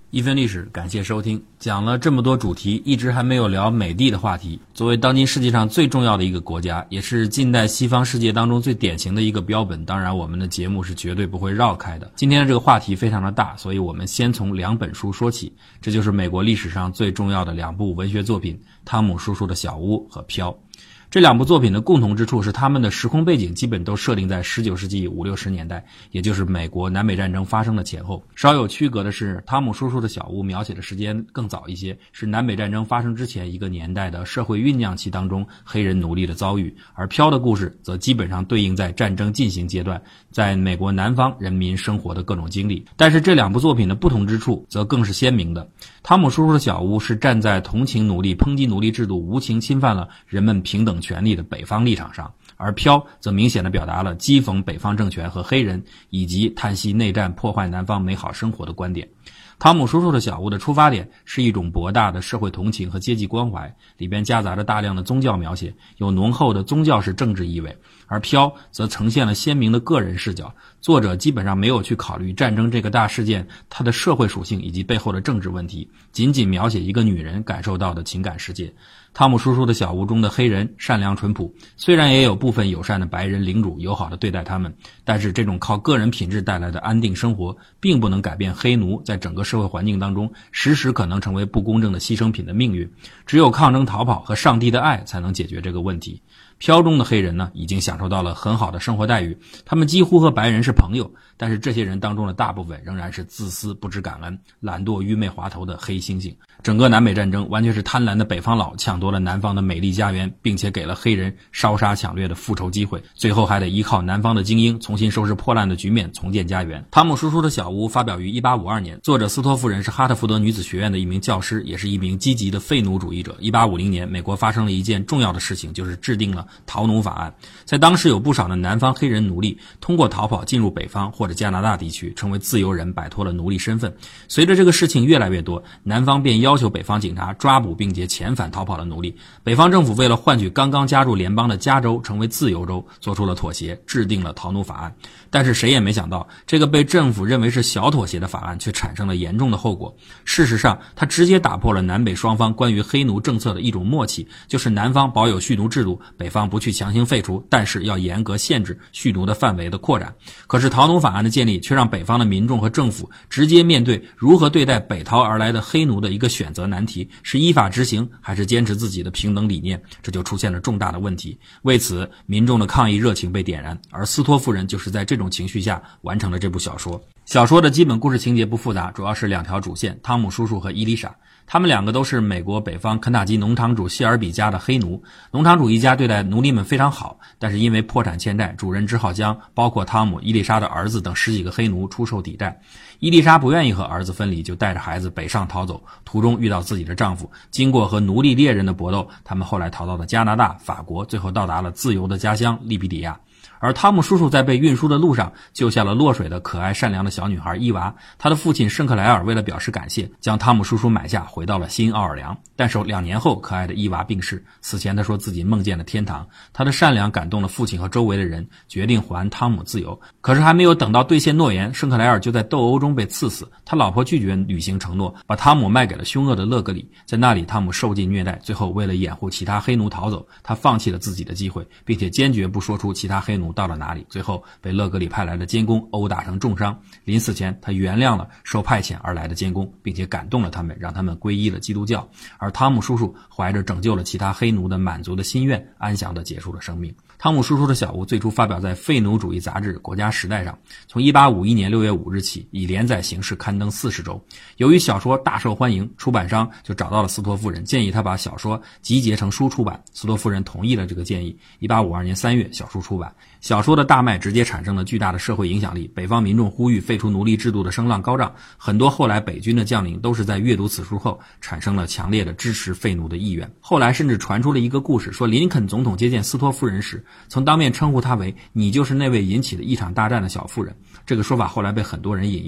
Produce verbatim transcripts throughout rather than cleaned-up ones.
一分历史，感谢收听。讲了这么多主题，一直还没有聊美帝的话题。作为当今世界上最重要的一个国家，也是近代西方世界当中最典型的一个标本，当然我们的节目是绝对不会绕开的。今天的这个话题非常的大，所以我们先从两本书说起，这就是美国历史上最重要的两部文学作品，汤姆叔叔的小屋和飘。这两部作品的共同之处是他们的时空背景基本都设定在十九世纪五六十年代，也就是美国南北战争发生的前后。稍有区隔的是，汤姆叔叔的小屋描写的时间更早一些，是南北战争发生之前一个年代的社会酝酿期当中黑人奴隶的遭遇，而飘的故事则基本上对应在战争进行阶段，在美国南方人民生活的各种经历。但是这两部作品的不同之处则更是鲜明的。汤姆叔叔的小屋是站在同情奴隶、抨击奴隶制度无情侵犯了人们平等权利的北方立场上，而飘则明显地表达了讥讽北方政权和黑人，以及叹息内战破坏南方美好生活的观点。汤姆叔叔的小屋的出发点是一种博大的社会同情和阶级关怀，里边夹杂着大量的宗教描写，有浓厚的宗教式政治意味，而飘则呈现了鲜明的个人视角。作者基本上没有去考虑战争这个大事件它的社会属性以及背后的政治问题，仅仅描写一个女人感受到的情感世界。汤姆叔叔的小屋中的黑人善良淳朴，虽然也有部分友善的白人领主友好地对待他们，但是这种靠个人品质带来的安定生活并不能改变黑奴在整个社会环境当中时时可能成为不公正的牺牲品的命运。只有抗争逃跑和上帝的爱才能解决这个问题。飘中的黑人呢，已经享受到了很好的生活待遇，他们几乎和白人是朋友，但是这些人当中的大部分仍然是自私、不知感恩、懒惰、愚昧滑头的黑猩猩。整个南北战争完全是贪婪的北方佬抢夺了南方的美丽家园，并且给了黑人烧杀抢掠的复仇机会，最后还得依靠南方的精英重新收拾破烂的局面，重建家园。汤姆叔叔的小屋发表于一八五二年，作者斯托夫人是哈特福德女子学院的一名教师，也是一名积极的废奴主义者。一八五零年，美国发生了一件重要的事情，就是制定了逃奴法案。在当时有不少的南方黑人奴隶通过逃跑进入北方或者加拿大地区，成为自由人，摆脱了奴隶身份。随着这个事情越来越多，南方便要求北方警察抓捕并且遣返逃跑的奴隶。北方政府为了换取刚刚加入联邦的加州成为自由州，做出了妥协，制定了逃奴法案。但是谁也没想到，这个被政府认为是小妥协的法案却产生了严重的后果。事实上，它直接打破了南北双方关于黑奴政策的一种默契，就是南方保有蓄奴制度，北方不去强行废除，但是要严格限制蓄奴的范围的扩展。可是逃奴法案的建立却让北方的民众和政府直接面对如何对待北逃而来的黑奴的一个选择难题，是依法执行还是坚持自己的平等理念，这就出现了重大的问题。为此，民众的抗议热情被点燃，而斯托夫人就是在这种情绪下完成了这部小说。小说的基本故事情节不复杂，主要是两条主线，汤姆叔叔和伊丽莎。他们两个都是美国北方肯塔基农场主谢尔比家的黑奴，农场主一家对待奴隶们非常好，但是因为破产欠债，主人只好将包括汤姆、伊丽莎的儿子等十几个黑奴出售抵债。伊丽莎不愿意和儿子分离，就带着孩子北上逃走，途中遇到自己的丈夫，经过和奴隶猎人的搏斗，他们后来逃到了加拿大、法国，最后到达了自由的家乡利比里亚。而汤姆叔叔在被运输的路上救下了落水的可爱善良的小女孩伊娃，他的父亲圣克莱尔为了表示感谢，将汤姆叔叔买下，回到了新奥尔良。但是两年后，可爱的伊娃病逝，死前他说自己梦见了天堂，他的善良感动了父亲和周围的人，决定还汤姆自由。可是还没有等到兑现诺言，圣克莱尔就在斗殴中被刺死，他老婆拒绝履行承诺，把汤姆卖给了凶恶的勒格里。在那里，汤姆受尽虐待，最后为了掩护其他黑奴逃走，他放弃了自己的机会，并且坚决不说出其他黑奴到了哪里，最后被勒格里派来的监工殴打成重伤。临死前，他原谅了受派遣而来的监工，并且感动了他们，让他们皈依了基督教。而汤姆叔叔怀着拯救了其他黑奴的满足的心愿，安详地结束了生命。汤姆叔叔的小屋最初发表在废奴主义杂志《国家时代》上，从一八五一年六月五日起以连载形式刊登四十周。由于小说大受欢迎，出版商就找到了斯托夫人，建议他把小说集结成书出版。斯托夫人同意了这个建议。一八五二年三月，小书出版。小说的大卖直接产生了巨大的社会影响力，北方民众呼吁废除奴隶制度的声浪高涨，很多后来北军的将领都是在阅读此书后产生了强烈的支持废奴的意愿。后来甚至传出了一个故事，说林肯总统接见斯托夫人时，曾当面称呼她为你就是那位引起了一场大战的小妇人。这个说法后来被很多人引用。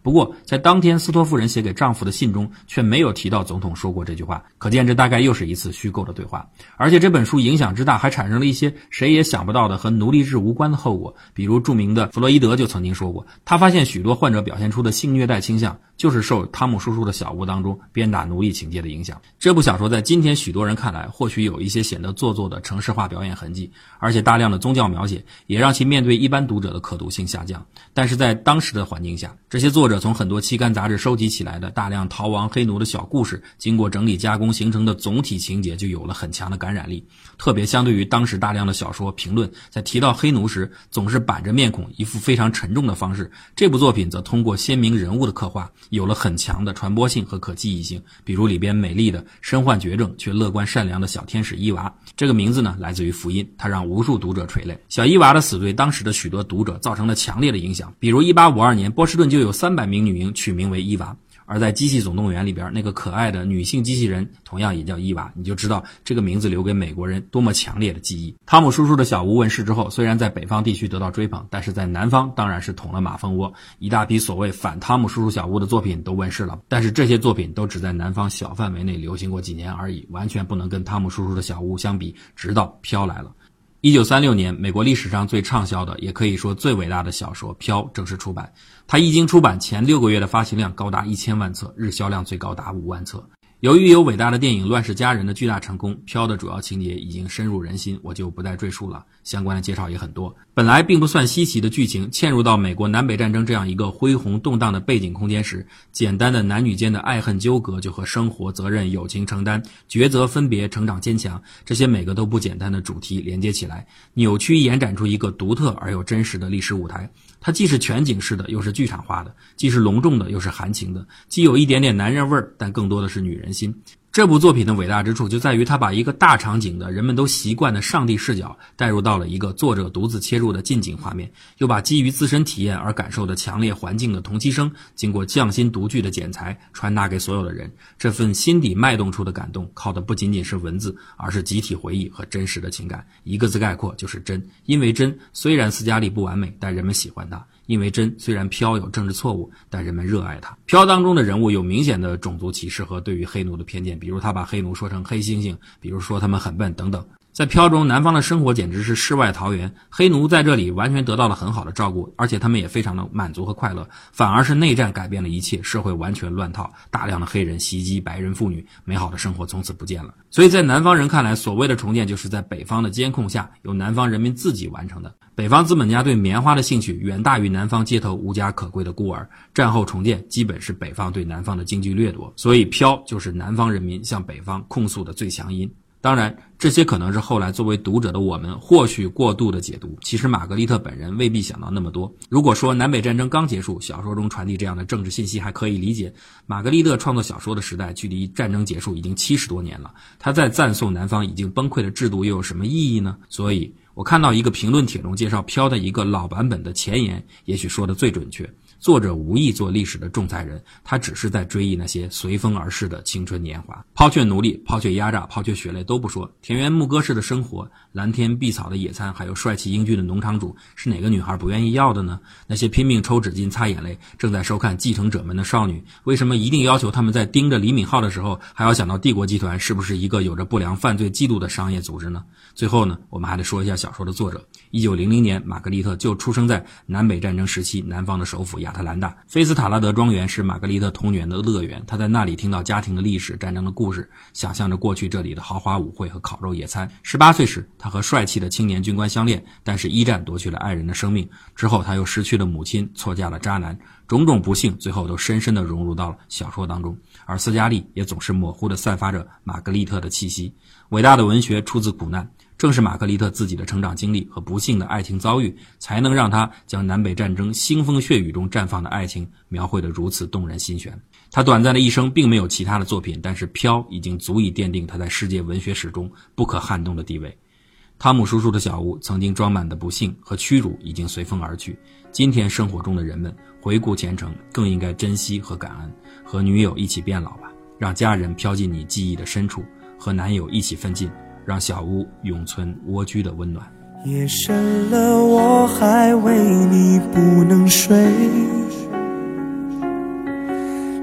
不过在当天斯托夫人写给丈夫的信中却没有提到总统说过这句话，可见这大概又是一次虚构的对话。而且这本书影响之大，还产生了一些谁也想不到的和奴隶制无关的后果。比如著名的弗洛伊德就曾经说过，他发现许多患者表现出的性虐待倾向就是受汤姆叔叔的小屋当中鞭打奴隶情节的影响。这部小说在今天许多人看来或许有一些显得做作的程式化表演痕迹，而且大量的宗教描写也让其面对一般读者的可读性下降。但是在当时的环境下，这些作者从很多期刊杂志收集起来的大量逃亡黑奴的小故事，经过整理加工形成的总体情节就有了很强的感染力。特别相对于当时大量的小说评论在提到黑奴时总是板着面孔一副非常沉重的方式，这部作品则通过鲜明人物的刻画有了很强的传播性和可记忆性。比如里边美丽的身患绝症却乐观善良的小天使伊娃，这个名字呢来自于福音，它让无数读者垂泪。小伊娃的死对当时的许多读者造成了强烈的影响，比如一八五二年波士顿就有三百名女婴取名为伊娃，而在机器总动员里边那个可爱的女性机器人同样也叫伊娃，你就知道这个名字留给美国人多么强烈的记忆。汤姆叔叔的小屋问世之后，虽然在北方地区得到追捧，但是在南方当然是捅了马蜂窝，一大批所谓反汤姆叔叔小屋的作品都问世了，但是这些作品都只在南方小范围内流行过几年而已，完全不能跟汤姆叔叔的小屋相比，直到飘来了。一九三六年，美国历史上最畅销的也可以说最伟大的小说《飘》正式出版，它一经出版前六个月的发行量高达一千万册，日销量最高达五万册。由于有伟大的电影《乱世佳人》的巨大成功，《飘》的主要情节已经深入人心，我就不再赘述了，相关的介绍也很多。本来并不算稀奇的剧情嵌入到美国南北战争这样一个恢宏动荡的背景空间时，简单的男女间的爱恨纠葛就和生活、责任、友情承担、抉择分别、成长坚强，这些每个都不简单的主题连接起来，扭曲延展出一个独特而又真实的历史舞台。它既是全景式的，又是剧场化的，既是隆重的，又是含情的，既有一点点男人味儿，但更多的是女人心。这部作品的伟大之处就在于它把一个大场景的人们都习惯的上帝视角带入到了一个作者独自切入的近景画面，又把基于自身体验而感受的强烈环境的同期声经过匠心独具的剪裁传达给所有的人。这份心底脉动出的感动靠的不仅仅是文字，而是集体回忆和真实的情感。一个字概括就是真。因为真，虽然斯嘉丽不完美，但人们喜欢它。因为真，虽然飘有政治错误，但人们热爱它。飘当中的人物有明显的种族歧视和对于黑奴的偏见，比如他把黑奴说成黑猩猩，比如说他们很笨等等。在飘中，南方的生活简直是世外桃源，黑奴在这里完全得到了很好的照顾，而且他们也非常的满足和快乐。反而是内战改变了一切，社会完全乱套，大量的黑人袭击白人妇女，美好的生活从此不见了。所以在南方人看来，所谓的重建就是在北方的监控下，由南方人民自己完成的。北方资本家对棉花的兴趣远大于南方街头无家可归的孤儿，战后重建基本是北方对南方的经济掠夺，所以飘就是南方人民向北方控诉的最强音。当然，这些可能是后来作为读者的我们或许过度的解读，其实玛格丽特本人未必想到那么多。如果说南北战争刚结束，小说中传递这样的政治信息还可以理解，玛格丽特创作小说的时代距离战争结束已经七十多年了，他在赞颂南方已经崩溃的制度又有什么意义呢？所以我看到一个评论帖中介绍飘的一个老版本的前言，也许说的最准确。作者无意做历史的仲裁人，他只是在追忆那些随风而逝的青春年华。抛却奴隶，抛却压榨，抛却血泪都不说，田园牧歌式的生活，蓝天碧草的野餐，还有帅气英俊的农场主，是哪个女孩不愿意要的呢？那些拼命抽纸巾擦眼泪正在收看继承者们的少女，为什么一定要求他们在盯着李敏镐的时候还要想到帝国集团是不是一个有着不良犯罪记录的商业组织呢？最后呢，我们还得说一下小说的作者。一九零零年，玛格丽特就出生在南北战争时期南方的首府亚特兰大。菲斯塔拉德庄园是玛格丽特童年的乐园，她在那里听到家庭的历史、战争的故事，想象着过去这里的豪华舞会和烤肉野餐。十八岁时，她和帅气的青年军官相恋，但是一战夺去了爱人的生命，之后她又失去了母亲，错嫁了渣男，种种不幸最后都深深地融入到了小说当中。而斯嘉丽也总是模糊地散发着玛格丽特的气息。伟大的文学出自苦难，正是玛格丽特自己的成长经历和不幸的爱情遭遇，才能让她将南北战争腥风血雨中绽放的爱情描绘得如此动人心弦。她短暂的一生并没有其他的作品，但是飘已经足以奠定她在世界文学史中不可撼动的地位。汤姆叔叔的小屋曾经装满的不幸和屈辱已经随风而去，今天生活中的人们回顾前程，更应该珍惜和感恩。和女友一起变老吧，让家人飘进你记忆的深处，和男友一起奋进，让小屋永存蜗居的温暖。 夜深了，我还为你不能睡，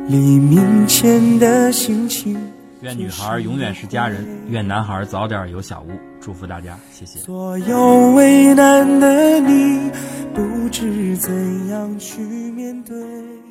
黎明前的心情。 愿女孩永远是家人，愿男孩早点有小屋。祝福大家，谢谢。 所有为难的你，不知怎样去面对。